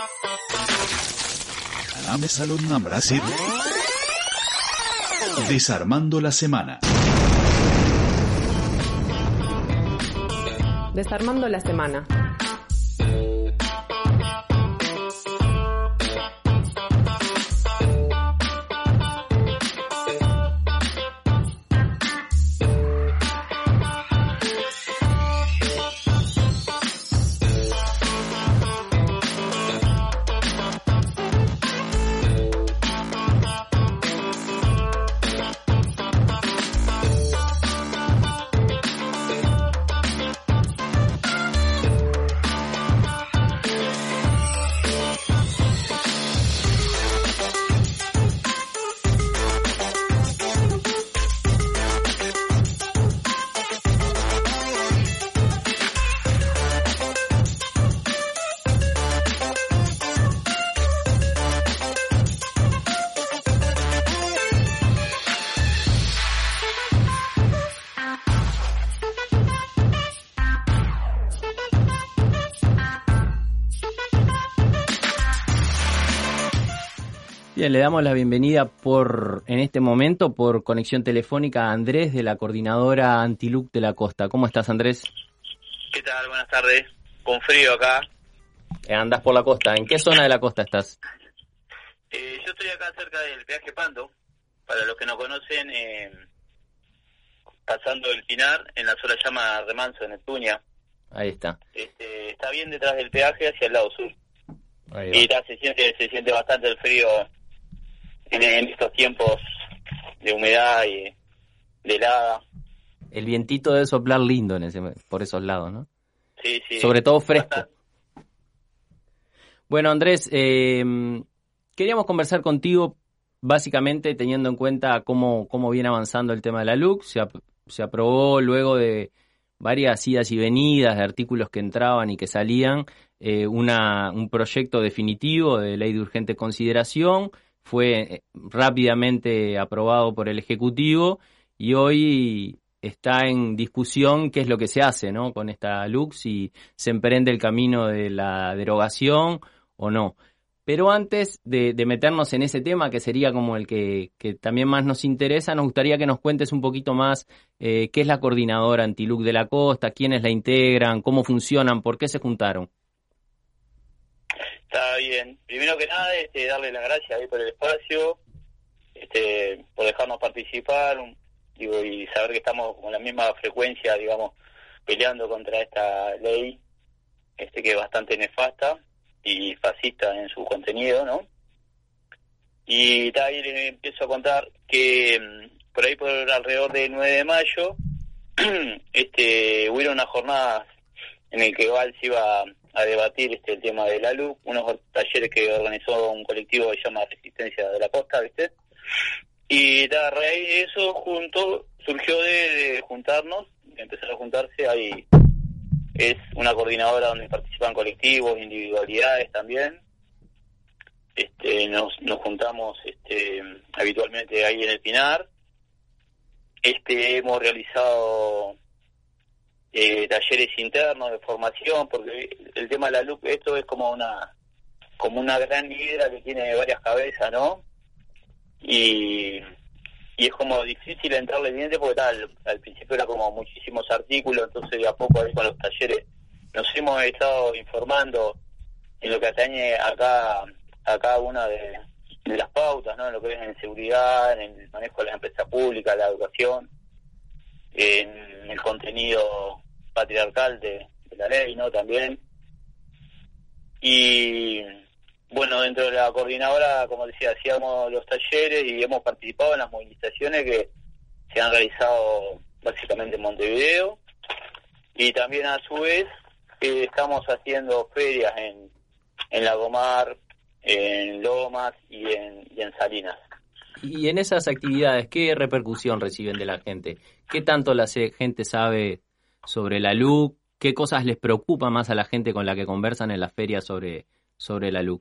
Salón Brasil. Desarmando la semana. Desarmando la semana. Bien, le damos la bienvenida en este momento por conexión telefónica a Andrés de la coordinadora Antiluc de la Costa. ¿Cómo estás, Andrés? ¿Qué tal? Buenas tardes. Con frío acá. Andás por la costa. ¿En qué zona de la costa estás? Yo estoy acá cerca del peaje Pando. Para los que no conocen, pasando el Pinar, en la sola llama Remanso, en Neptunia. Ahí está. Está bien detrás del peaje hacia el lado sur. Ahí va. Y se siente bastante el frío en estos tiempos de humedad y de helada. El vientito debe soplar lindo por esos lados, ¿no? Sí. Sobre todo fresco. Bastante. Bueno, Andrés, queríamos conversar contigo básicamente teniendo en cuenta cómo viene avanzando el tema de la LUC. Se aprobó luego de varias idas y venidas de artículos que entraban y que salían, un proyecto definitivo de ley de urgente consideración. Fue rápidamente aprobado por el Ejecutivo y hoy está en discusión qué es lo que se hace, ¿no?, con esta LUC, si se emprende el camino de la derogación o no. Pero antes de meternos en ese tema, que sería como el que también más nos interesa, nos gustaría que nos cuentes un poquito más qué es la coordinadora Antiluc de la Costa, quiénes la integran, cómo funcionan, por qué se juntaron. Está bien. Primero que nada, darle las gracias ahí por el espacio, por dejarnos participar, y saber que estamos con la misma frecuencia, digamos, peleando contra esta ley, que es bastante nefasta y fascista en su contenido, ¿no? Y ahí les empiezo a contar que por ahí, por alrededor del 9 de mayo, hubo unas jornadas en el que igual se iba a debatir el tema de la LUC, unos talleres que organizó un colectivo que se llama Resistencia de la Costa, ¿viste? Y a raíz de eso surgió de juntarnos, de empezar a juntarse. Ahí es una coordinadora donde participan colectivos, individualidades también. Nos juntamos habitualmente ahí en el Pinar. Hemos realizado talleres internos de formación, porque el tema de la LUC, esto es como una gran hidra que tiene varias cabezas, ¿no? Y es como difícil entrarle dientes porque al principio era como muchísimos artículos, entonces de a poco ahí con los talleres nos hemos estado informando en lo que atañe a cada una de las pautas, ¿no? En lo que es en seguridad, en el manejo de las empresas públicas, la educación, en el contenido patriarcal de la ley, ¿no? También. Y bueno, dentro de la coordinadora, como decía, hacíamos los talleres y hemos participado en las movilizaciones que se han realizado básicamente en Montevideo, y también a su vez estamos haciendo ferias en Lagomar, en Lomas y en Salinas. Y en esas actividades, ¿qué repercusión reciben de la gente? ¿Qué tanto la gente sabe sobre la LUC? ¿Qué cosas les preocupa más a la gente con la que conversan en las ferias sobre la LUC?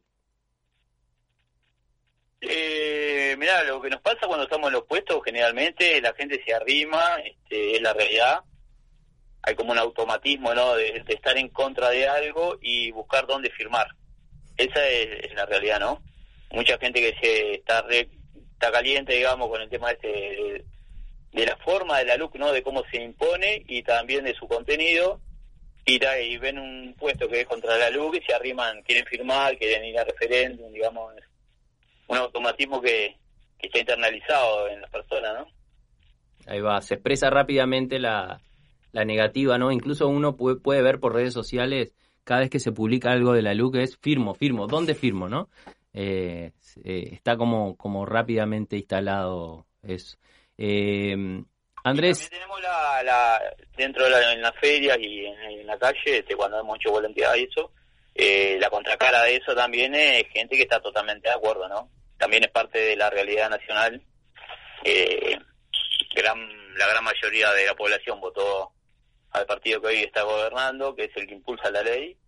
Mirá, lo que nos pasa cuando estamos en los puestos, generalmente la gente se arrima, es la realidad. Hay como un automatismo, ¿no?, de estar en contra de algo y buscar dónde firmar. esa es la realidad, ¿no? Mucha gente que está caliente, digamos, con el tema de la forma de la LUC, ¿no? De cómo se impone y también de su contenido, y ven un puesto que es contra la LUC y se arriman, quieren firmar, quieren ir a referéndum, digamos, un automatismo que está internalizado en las personas, ¿no? Ahí va, se expresa rápidamente la negativa, ¿no? Incluso uno puede ver por redes sociales, cada vez que se publica algo de la LUC es firmo, ¿dónde firmo, no? Está como rápidamente instalado eso. Andrés. Y también tenemos dentro en las ferias y en la calle, cuando hemos hecho voluntad y eso, la contracara de eso también es gente que está totalmente de acuerdo, ¿no? También es parte de la realidad nacional. La gran mayoría de la población votó al partido que hoy está gobernando, que es el que impulsa la ley,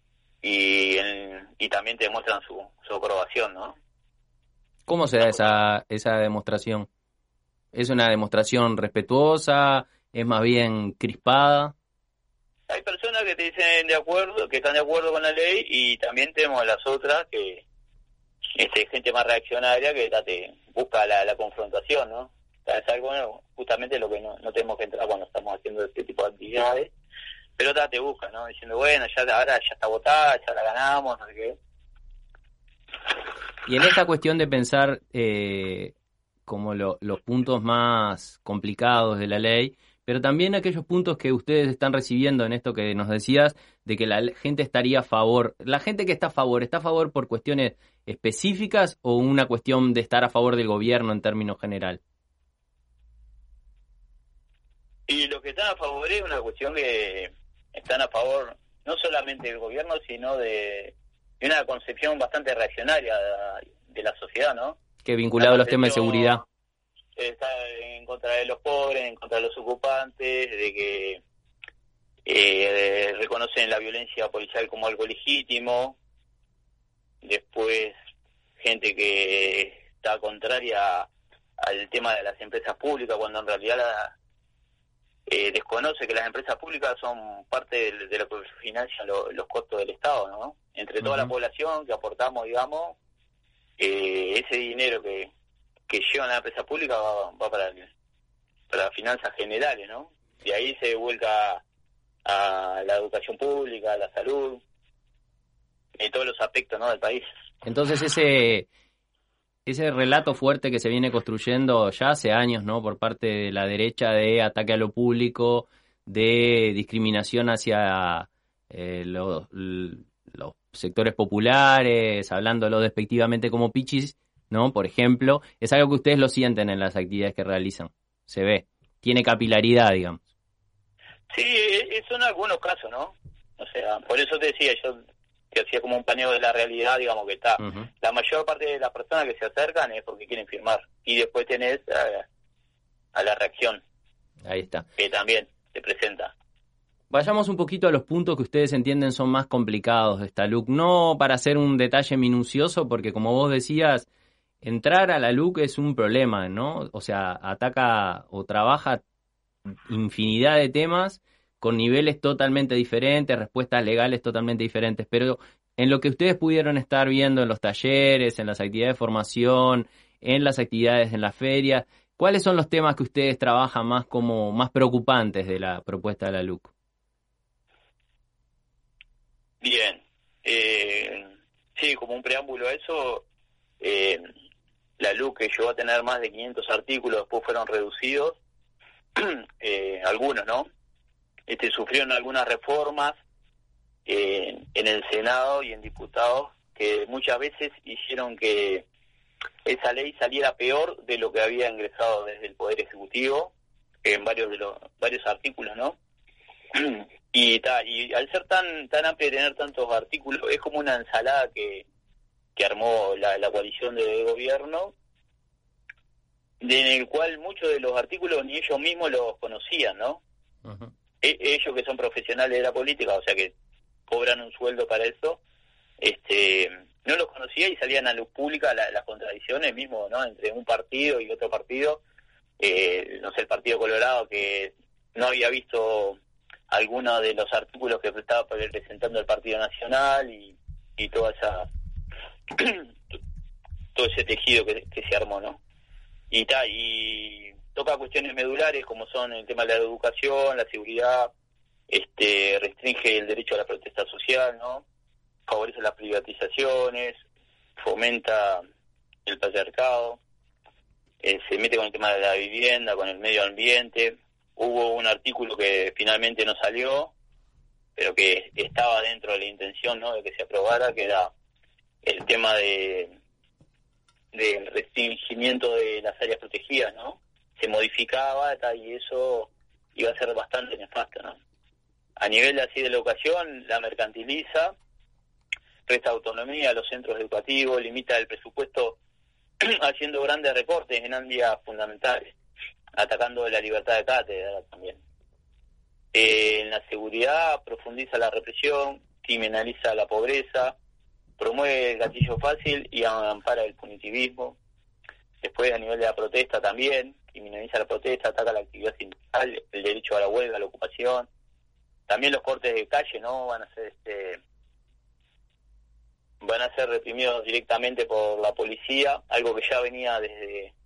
y también te demuestran su aprobación, ¿no? ¿Cómo se da esa demostración? ¿Es una demostración respetuosa? ¿Es más bien crispada? Hay personas que te dicen que están de acuerdo con la ley, y también tenemos las otras que gente más reaccionaria que te busca la confrontación, ¿no? Es algo, justamente lo que no tenemos que entrar cuando estamos haciendo este tipo de actividades, pero te busca, ¿no? Diciendo, bueno, ahora ya está votada, ya la ganamos, no sé qué. Y en esta cuestión de pensar como los puntos más complicados de la ley, pero también aquellos puntos que ustedes están recibiendo en esto que nos decías, de que la gente estaría a favor. ¿La gente que está a favor por cuestiones específicas o una cuestión de estar a favor del gobierno en términos general? Y los que están a favor es una cuestión que están a favor no solamente del gobierno, sino de una concepción bastante reaccionaria de la sociedad, ¿no? Que vinculado a los temas de seguridad. Está en contra de los pobres, en contra de los ocupantes, de que reconocen la violencia policial como algo legítimo. Después, gente que está contraria al tema de las empresas públicas, cuando en realidad desconoce que las empresas públicas son parte de lo que financian los costos del Estado, ¿no? Entre toda la población que aportamos, digamos, ese dinero que llevan a la empresa pública va para las finanzas generales, ¿no? Y ahí se vuelca a la educación pública, a la salud, y todos los aspectos, ¿no?, del país. Entonces ese relato fuerte que se viene construyendo ya hace años, ¿no?, por parte de la derecha, de ataque a lo público, de discriminación hacia los sectores populares, hablándolo despectivamente como pichis, ¿no?, por ejemplo, es algo que ustedes lo sienten en las actividades que realizan. Se ve, tiene capilaridad, digamos. Sí, son algunos casos, ¿no? O sea, por eso te decía yo que hacía como un paneo de la realidad, digamos, que está. La mayor parte de las personas que se acercan es porque quieren firmar. Y después tenés a la reacción. Ahí está. Que también se presenta. Vayamos un poquito a los puntos que ustedes entienden son más complicados de esta LUC. No para hacer un detalle minucioso, porque como vos decías, entrar a la LUC es un problema, ¿no? O sea, ataca o trabaja infinidad de temas con niveles totalmente diferentes, respuestas legales totalmente diferentes, pero en lo que ustedes pudieron estar viendo en los talleres, en las actividades de formación, en las actividades en las ferias, ¿cuáles son los temas que ustedes trabajan más como más preocupantes de la propuesta de la LUC? Bien, sí, como un preámbulo a eso, la LUC que llegó a tener más de 500 artículos, después fueron reducidos, algunos, ¿no? Sufrieron algunas reformas en el Senado y en diputados que muchas veces hicieron que esa ley saliera peor de lo que había ingresado desde el Poder Ejecutivo en varios artículos, ¿no? Y al ser tan amplio y tener tantos artículos, es como una ensalada que armó la coalición de gobierno, en el cual muchos de los artículos ni ellos mismos los conocían, ¿no? Uh-huh. Ellos que son profesionales de la política, o sea que cobran un sueldo para eso, no los conocía y salían a luz pública las contradicciones mismo, ¿no?, entre un partido y otro partido. No sé, el Partido Colorado, que no había visto alguno de los artículos que estaba presentando el Partido Nacional y toda todo ese tejido que se armó, ¿no? Y toca cuestiones medulares como son el tema de la educación, la seguridad, restringe el derecho a la protesta social, ¿no? Favorece las privatizaciones, fomenta el patriarcado, se mete con el tema de la vivienda, con el medio ambiente. Hubo un artículo que finalmente no salió, pero que estaba dentro de la intención, ¿no?, de que se aprobara, que era el tema del restringimiento de las áreas protegidas, ¿no? Se modificaba y eso iba a ser bastante nefasto, ¿no? A nivel así de la educación, la mercantiliza, resta autonomía a los centros educativos, limita el presupuesto haciendo grandes recortes en áreas fundamentales, atacando la libertad de cátedra también. En la seguridad profundiza la represión, criminaliza la pobreza, promueve el gatillo fácil y ampara el punitivismo. Después, a nivel de la protesta también, criminaliza la protesta, ataca la actividad sindical, el derecho a la huelga, a la ocupación. También los cortes de calle, ¿no?, van a ser reprimidos directamente por la policía, algo que ya venía desde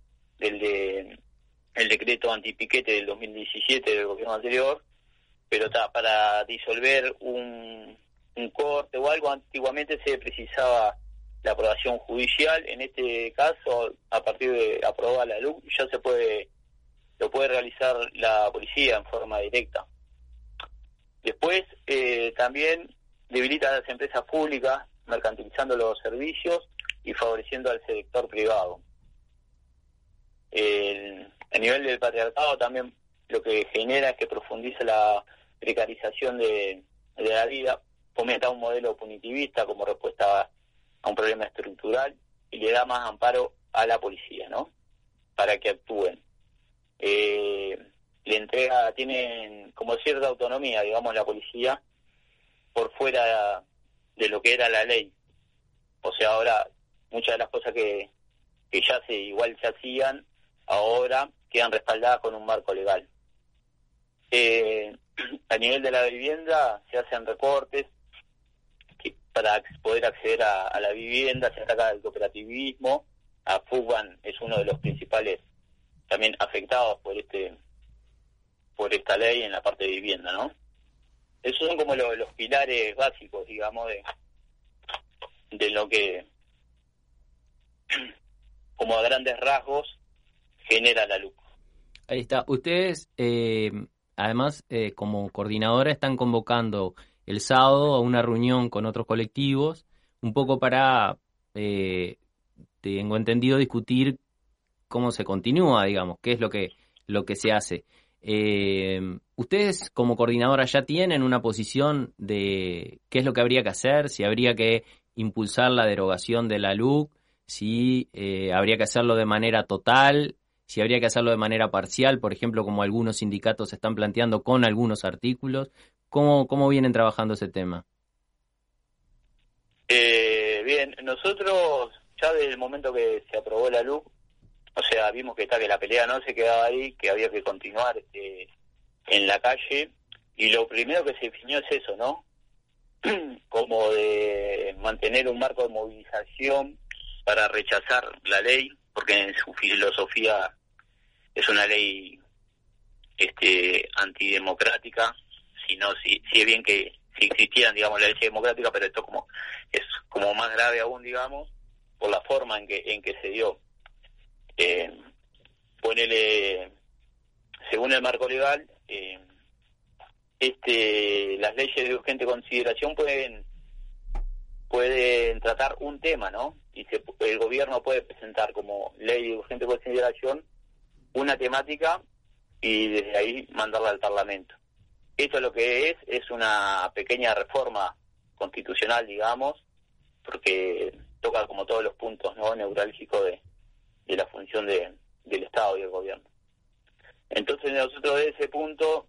el decreto antipiquete del 2017 del gobierno anterior, pero para disolver un corte o algo, antiguamente se precisaba la aprobación judicial. En este caso, a partir de aprobar la LUC, ya lo puede realizar la policía en forma directa. Después, también debilita a las empresas públicas, mercantilizando los servicios y favoreciendo al sector privado. A nivel del patriarcado también lo que genera es que profundiza la precarización de la vida, fomenta un modelo punitivista como respuesta a un problema estructural y le da más amparo a la policía, ¿no?, para que actúen. Tienen como cierta autonomía, digamos, la policía por fuera de lo que era la ley. O sea, ahora muchas de las cosas que ya se hacían, ahora quedan respaldadas con un marco legal. A nivel de la vivienda se hacen recortes para poder acceder a la vivienda, se ataca el cooperativismo. A Fugban es uno de los principales también afectados por esta ley en la parte de vivienda, ¿no? Esos son como los pilares básicos, digamos, de lo que, como a grandes rasgos, genera la LUC. Ahí está. Ustedes, además, como coordinadora, están convocando el sábado a una reunión con otros colectivos, un poco para, tengo entendido, discutir cómo se continúa, digamos, qué es lo que se hace. ¿Ustedes como coordinadora ya tienen una posición de qué es lo que habría que hacer? Si habría que impulsar la derogación de la LUC, si habría que hacerlo de manera total, si habría que hacerlo de manera parcial, por ejemplo, como algunos sindicatos están planteando con algunos artículos. ¿Cómo vienen trabajando ese tema? Bien, nosotros ya desde el momento que se aprobó la LUC, o sea, vimos que la pelea no se quedaba ahí, que había que continuar en la calle, y lo primero que se definió es eso, ¿no? Como de mantener un marco de movilización para rechazar la ley, porque en su filosofía es una ley antidemocrática, si es bien que si existieran, digamos, la ley democrática, pero esto es como más grave aún, digamos, por la forma en que se dio. Según el marco legal, las leyes de urgente consideración pueden tratar un tema, ¿no? Y el gobierno puede presentar como ley de urgente consideración una temática y desde ahí mandarla al Parlamento. Esto lo que es una pequeña reforma constitucional, digamos, porque toca como todos los puntos, ¿no?, neurálgicos de la función del Estado y del gobierno. Entonces nosotros de ese punto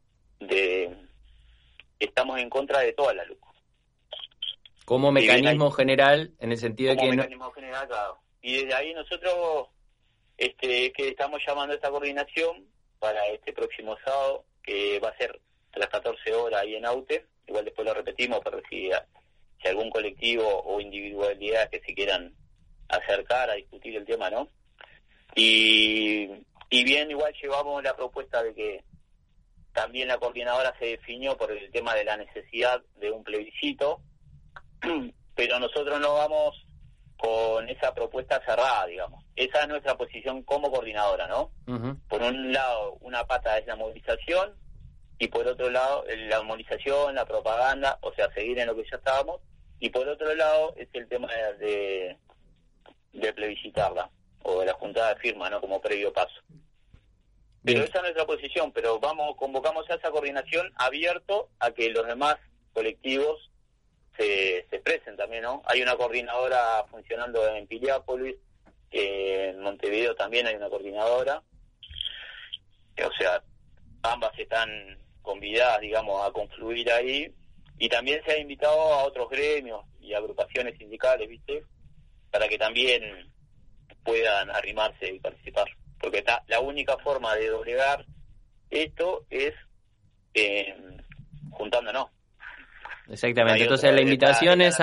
estamos en contra de toda la LUC. Como mecanismo general, en el sentido de que... Como mecanismo general, claro. Y desde ahí nosotros que estamos llamando a esta coordinación para este próximo sábado, que va a ser a las 14 horas ahí en Aute. Igual después lo repetimos, pero si si algún colectivo o individualidad que se quieran acercar a discutir el tema, ¿no? Y bien, igual llevamos la propuesta de que también la coordinadora se definió por el tema de la necesidad de un plebiscito, pero nosotros no vamos con esa propuesta cerrada, digamos. Esa es nuestra posición como coordinadora, ¿no? Uh-huh. Por un lado, una pata es la movilización, y por otro lado, la movilización, la propaganda, o sea, seguir en lo que ya estábamos, y por otro lado, es el tema de plebiscitarla, o de la juntada de firmas, ¿no? Como previo paso. Pero esa es nuestra posición, pero convocamos a esa coordinación abierto a que los demás colectivos se expresen también, ¿no? Hay una coordinadora funcionando en Piriápolis, en Montevideo también hay una coordinadora, o sea, ambas están convidadas, digamos, a confluir ahí, y también se ha invitado a otros gremios y agrupaciones sindicales, ¿viste? Para que también puedan arrimarse y participar, porque la única forma de doblegar esto es juntándonos. Exactamente, entonces la invitación es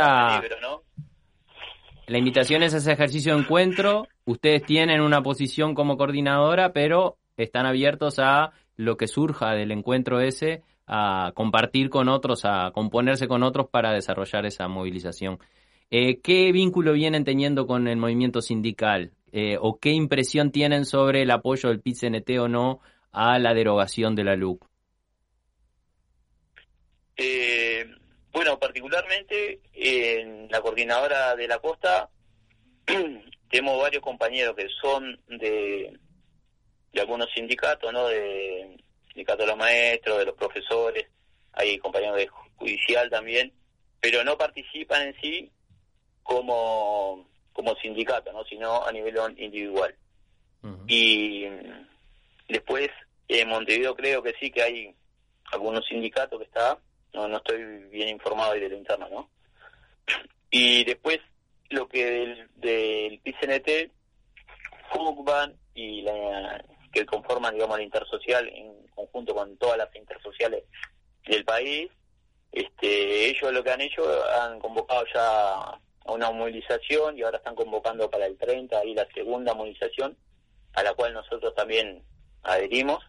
la invitación es a ese ejercicio de encuentro. Ustedes tienen una posición como coordinadora, pero están abiertos a lo que surja del encuentro ese, a compartir con otros, a componerse con otros para desarrollar esa movilización. ¿Qué vínculo vienen teniendo con el movimiento sindical? ¿O qué impresión tienen sobre el apoyo del PIT-CNT o no a la derogación de la LUC? Bueno, particularmente en la coordinadora de la costa tenemos varios compañeros que son de algunos sindicatos, ¿no? De sindicato de los maestros, de los profesores, hay compañeros de judicial también, pero no participan en sí como sindicato, ¿no? Sino a nivel individual. Uh-huh. Y después en Montevideo creo que sí que hay algunos sindicatos que está, no estoy bien informado de lo interno, ¿no? Y después lo que del PIT-CNT, FUCBAN y que conforman, digamos, la intersocial en conjunto con todas las intersociales del país, ellos lo que han hecho, han convocado ya a una movilización y ahora están convocando para el 30 ahí la segunda movilización, a la cual nosotros también adherimos.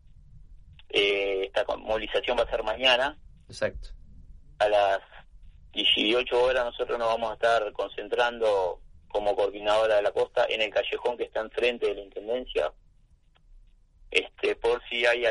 Esta movilización va a ser mañana. Exacto. A las 18 horas nosotros nos vamos a estar concentrando como coordinadora de la costa en el callejón que está enfrente de la Intendencia, por si hay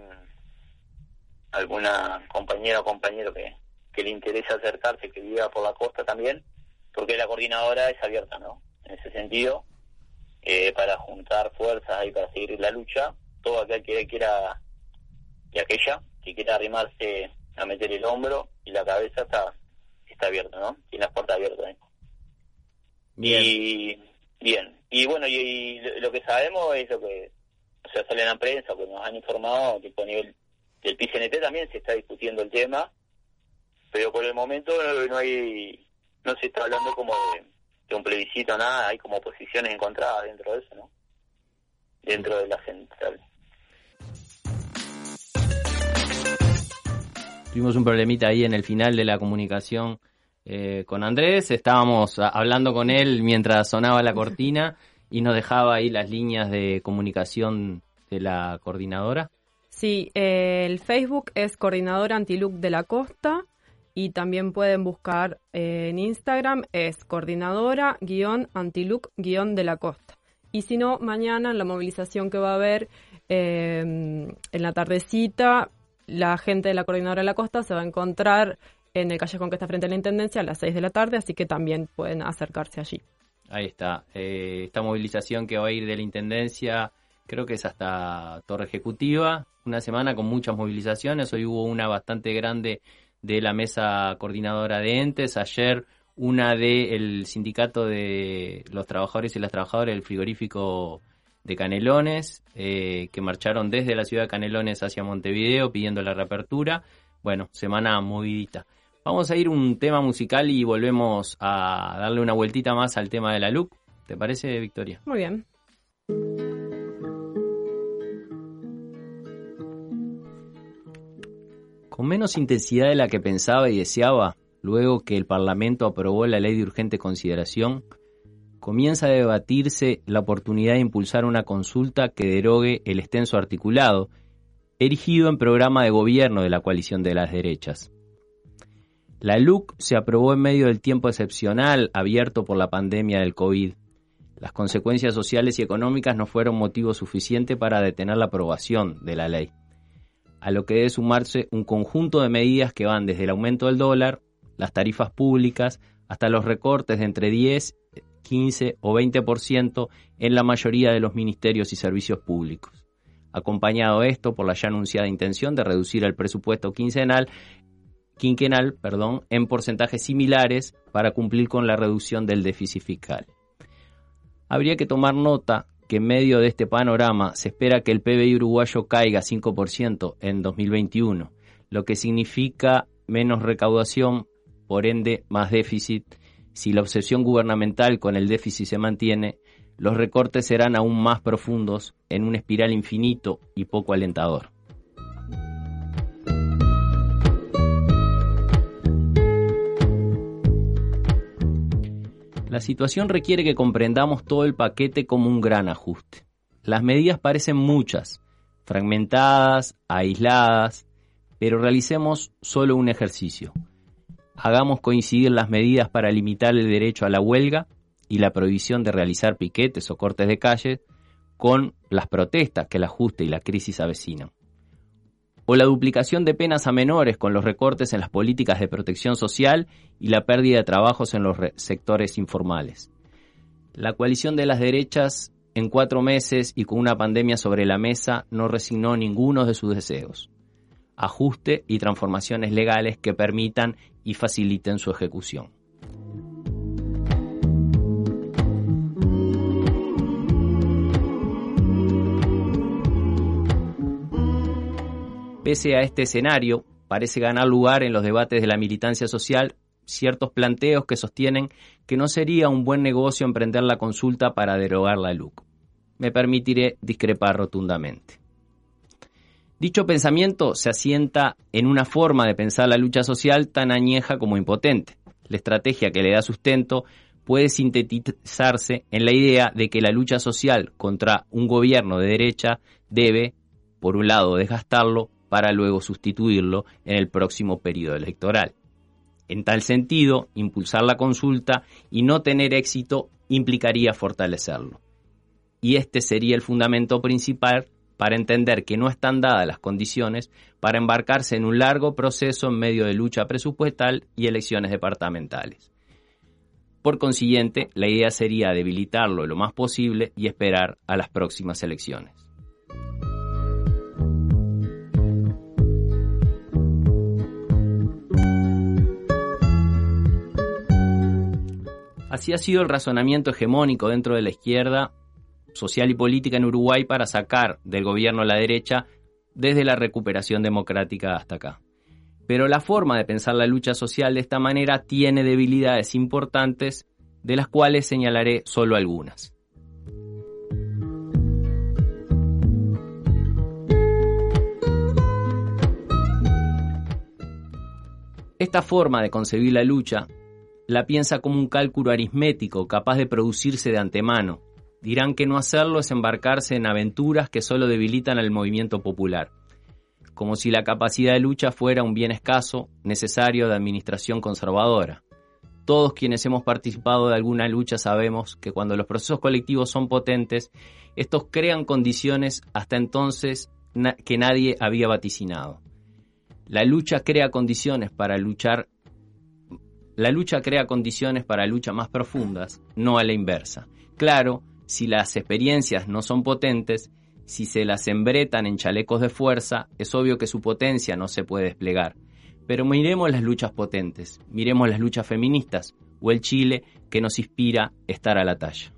alguna compañera o compañero que le interesa acercarse, que viva por la costa también, porque la coordinadora es abierta, ¿no? En ese sentido, para juntar fuerzas ahí para seguir la lucha, todo aquel que quiera y aquella que quiera arrimarse a meter el hombro y la cabeza está abierta, ¿no? Tiene las puertas abiertas, ¿eh? Bien. Y bueno, y lo que sabemos es lo que, o sea, sale en la prensa, que nos han informado, tipo a nivel del PIT-CNT también se está discutiendo el tema, pero por el momento no se está hablando como de un plebiscito, nada, hay como posiciones encontradas dentro de eso, ¿no? Dentro de la central. Tuvimos un problemita ahí en el final de la comunicación con Andrés. Estábamos hablando con él mientras sonaba la cortina y nos dejaba ahí las líneas de comunicación de la coordinadora. Sí, el Facebook es Coordinadora Antiluc de la Costa y también pueden buscar en Instagram, es Coordinadora-Antiluc-de la Costa. Y si no, mañana en la movilización que va a haber en la tardecita, la gente de la Coordinadora de la Costa se va a encontrar en el callejón que está frente a la Intendencia a las 6 de la tarde, así que también pueden acercarse allí. Ahí está. Esta movilización que va a ir de la Intendencia, creo que es hasta Torre Ejecutiva, una semana con muchas movilizaciones. Hoy hubo una bastante grande de la mesa coordinadora de entes. Ayer una del sindicato de los trabajadores y las trabajadoras del frigorífico de Canelones, que marcharon desde la ciudad de Canelones hacia Montevideo pidiendo la reapertura. Bueno, semana movidita. Vamos a ir un tema musical y volvemos a darle una vueltita más al tema de la LUC. ¿Te parece, Victoria? Muy bien. Con menos intensidad de la que pensaba y deseaba, luego que el Parlamento aprobó la ley de urgente consideración, comienza a debatirse la oportunidad de impulsar una consulta que derogue el extenso articulado, erigido en programa de gobierno de la coalición de las derechas. La LUC se aprobó en medio del tiempo excepcional abierto por la pandemia del COVID. Las consecuencias sociales y económicas no fueron motivo suficiente para detener la aprobación de la ley, a lo que debe sumarse un conjunto de medidas que van desde el aumento del dólar, las tarifas públicas, hasta los recortes de entre 10, 15 o 20% en la mayoría de los ministerios y servicios públicos, acompañado esto por la ya anunciada intención de reducir el presupuesto quinquenal, en porcentajes similares para cumplir con la reducción del déficit fiscal. Habría que tomar nota que en medio de este panorama se espera que el PBI uruguayo caiga 5% en 2021, lo que significa menos recaudación, por ende más déficit. Si la obsesión gubernamental con el déficit se mantiene, los recortes serán aún más profundos en un espiral infinito y poco alentador. La situación requiere que comprendamos todo el paquete como un gran ajuste. Las medidas parecen muchas, fragmentadas, aisladas, pero realicemos solo un ejercicio. Hagamos coincidir las medidas para limitar el derecho a la huelga y la prohibición de realizar piquetes o cortes de calle con las protestas que el ajuste y la crisis avecinan. O la duplicación de penas a menores con los recortes en las políticas de protección social y la pérdida de trabajos en los sectores informales. La coalición de las derechas, en 4 meses y con una pandemia sobre la mesa, no resignó ninguno de sus deseos. Ajuste y transformaciones legales que permitan y faciliten su ejecución. Pese a este escenario, parece ganar lugar en los debates de la militancia social ciertos planteos que sostienen que no sería un buen negocio emprender la consulta para derogar la LUC. Me permitiré discrepar rotundamente. Dicho pensamiento se asienta en una forma de pensar la lucha social tan añeja como impotente. La estrategia que le da sustento puede sintetizarse en la idea de que la lucha social contra un gobierno de derecha debe, por un lado, desgastarlo para luego sustituirlo en el próximo periodo electoral. En tal sentido, impulsar la consulta y no tener éxito implicaría fortalecerlo. Y este sería el fundamento principal para entender que no están dadas las condiciones para embarcarse en un largo proceso en medio de lucha presupuestal y elecciones departamentales. Por consiguiente, la idea sería debilitarlo lo más posible y esperar a las próximas elecciones. Así ha sido el razonamiento hegemónico dentro de la izquierda social y política en Uruguay para sacar del gobierno a la derecha desde la recuperación democrática hasta acá. Pero la forma de pensar la lucha social de esta manera tiene debilidades importantes, de las cuales señalaré solo algunas. Esta forma de concebir la lucha la piensa como un cálculo aritmético capaz de producirse de antemano. Dirán que no hacerlo es embarcarse en aventuras que solo debilitan al movimiento popular, como si la capacidad de lucha fuera un bien escaso, necesario de administración conservadora. Todos quienes hemos participado de alguna lucha sabemos que cuando los procesos colectivos son potentes, estos crean condiciones hasta entonces que nadie había vaticinado. La lucha crea condiciones para luchas más profundas, no a la inversa. Claro, si las experiencias no son potentes, si se las embretan en chalecos de fuerza, es obvio que su potencia no se puede desplegar. Pero miremos las luchas potentes, miremos las luchas feministas o el Chile que nos inspira estar a la talla.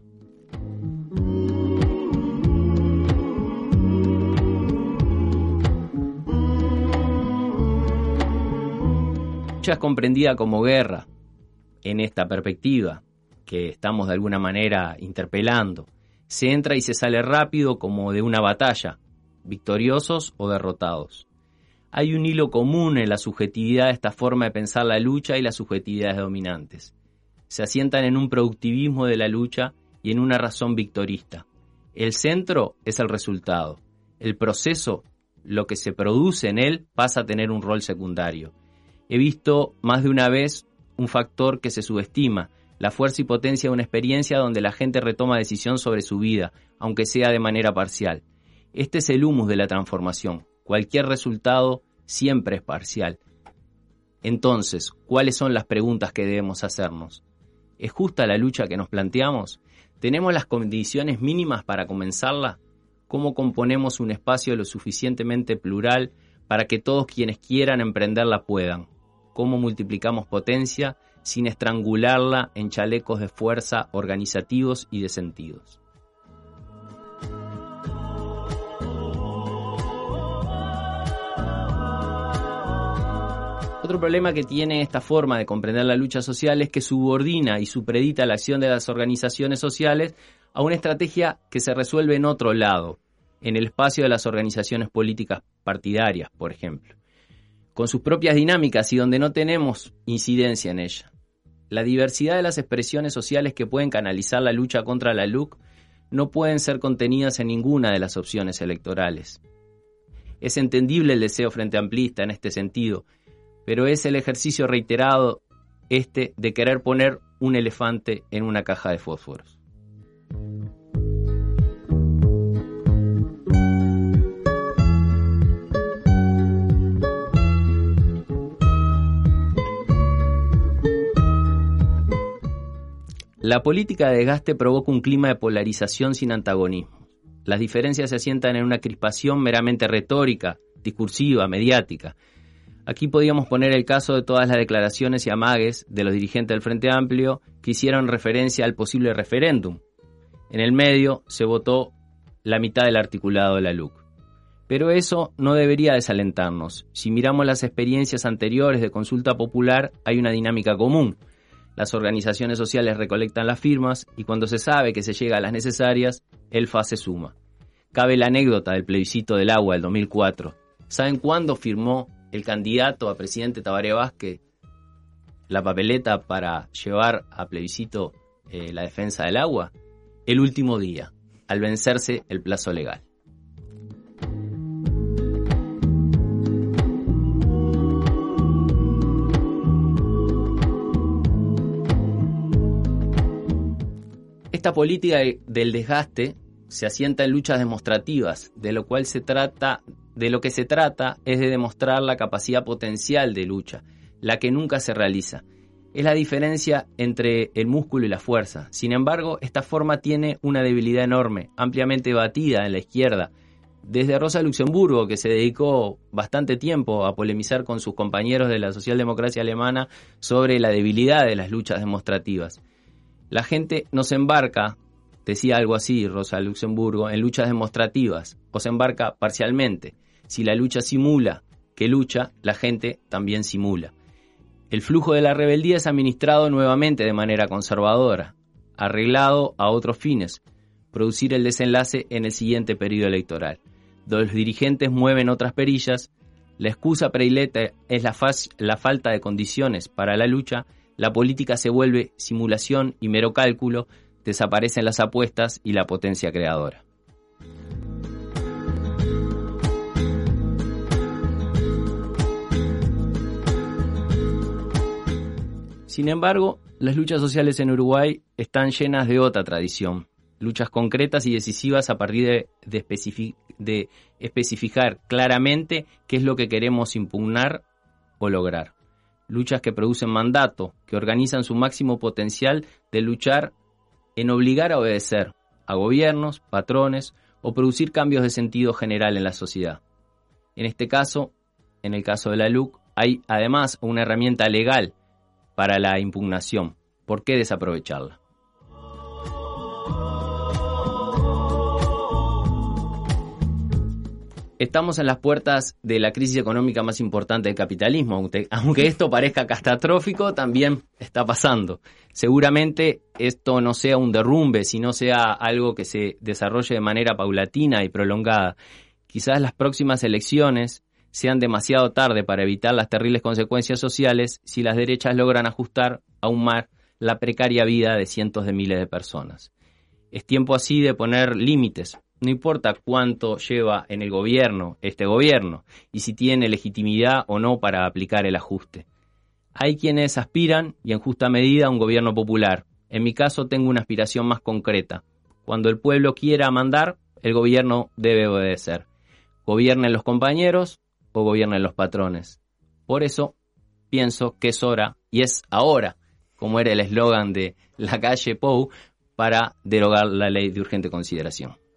Lucha es comprendida como guerra en esta perspectiva que estamos de alguna manera interpelando. Se entra y se sale rápido como de una batalla, victoriosos o derrotados. Hay un hilo común en la subjetividad de esta forma de pensar la lucha y las subjetividades dominantes. Se asientan en un productivismo de la lucha y en una razón victorista. El centro es el resultado. El proceso, lo que se produce en él, pasa a tener un rol secundario. He visto más de una vez un factor que se subestima, la fuerza y potencia de una experiencia donde la gente retoma decisión sobre su vida, aunque sea de manera parcial. Este es el humus de la transformación. Cualquier resultado siempre es parcial. Entonces, ¿cuáles son las preguntas que debemos hacernos? ¿Es justa la lucha que nos planteamos? ¿Tenemos las condiciones mínimas para comenzarla? ¿Cómo componemos un espacio lo suficientemente plural para que todos quienes quieran emprenderla puedan? ¿Cómo multiplicamos potencia sin estrangularla en chalecos de fuerza organizativos y de sentidos? Otro problema que tiene esta forma de comprender la lucha social es que subordina y supedita la acción de las organizaciones sociales a una estrategia que se resuelve en otro lado, en el espacio de las organizaciones políticas partidarias, por ejemplo, con sus propias dinámicas y donde no tenemos incidencia en ella. La diversidad de las expresiones sociales que pueden canalizar la lucha contra la LUC no pueden ser contenidas en ninguna de las opciones electorales. Es entendible el deseo frente amplista en este sentido, pero es el ejercicio reiterado de querer poner un elefante en una caja de fósforos. La política de desgaste provoca un clima de polarización sin antagonismo. Las diferencias se asientan en una crispación meramente retórica, discursiva, mediática. Aquí podíamos poner el caso de todas las declaraciones y amagues de los dirigentes del Frente Amplio que hicieron referencia al posible referéndum. En el medio se votó la mitad del articulado de la LUC. Pero eso no debería desalentarnos. Si miramos las experiencias anteriores de consulta popular, hay una dinámica común. Las organizaciones sociales recolectan las firmas y cuando se sabe que se llega a las necesarias, el FA se suma. Cabe la anécdota del plebiscito del agua del 2004. ¿Saben cuándo firmó el candidato a presidente Tabaré Vázquez la papeleta para llevar a plebiscito la defensa del agua? El último día, al vencerse el plazo legal. Esta política del desgaste se asienta en luchas demostrativas, de lo que se trata es de demostrar la capacidad potencial de lucha, la que nunca se realiza. Es la diferencia entre el músculo y la fuerza. Sin embargo, esta forma tiene una debilidad enorme, ampliamente debatida en la izquierda. Desde Rosa Luxemburgo, que se dedicó bastante tiempo a polemizar con sus compañeros de la socialdemocracia alemana sobre la debilidad de las luchas demostrativas. La gente no se embarca, decía algo así Rosa Luxemburgo, en luchas demostrativas, o se embarca parcialmente. Si la lucha simula que lucha, la gente también simula. El flujo de la rebeldía es administrado nuevamente de manera conservadora, arreglado a otros fines, producir el desenlace en el siguiente periodo electoral. Los dirigentes mueven otras perillas, la excusa predileta es la falta de condiciones para la lucha, la política se vuelve simulación y mero cálculo, desaparecen las apuestas y la potencia creadora. Sin embargo, las luchas sociales en Uruguay están llenas de otra tradición, luchas concretas y decisivas a partir de especificar claramente qué es lo que queremos impugnar o lograr. Luchas que producen mandato, que organizan su máximo potencial de luchar en obligar a obedecer a gobiernos, patrones o producir cambios de sentido general en la sociedad. En este caso, en el caso de la LUC, hay además una herramienta legal para la impugnación. ¿Por qué desaprovecharla? Estamos en las puertas de la crisis económica más importante del capitalismo. Aunque esto parezca catastrófico, también está pasando. Seguramente esto no sea un derrumbe, sino sea algo que se desarrolle de manera paulatina y prolongada. Quizás las próximas elecciones sean demasiado tarde para evitar las terribles consecuencias sociales si las derechas logran ajustar aún más la precaria vida de cientos de miles de personas. Es tiempo así de poner límites. No importa cuánto lleva en el gobierno este gobierno y si tiene legitimidad o no para aplicar el ajuste. Hay quienes aspiran, y en justa medida, a un gobierno popular. En mi caso tengo una aspiración más concreta. Cuando el pueblo quiera mandar, el gobierno debe obedecer. Gobiernen los compañeros o gobiernen los patrones. Por eso pienso que es hora, y es ahora, como era el eslogan de la calle Pou, para derogar la ley de urgente consideración.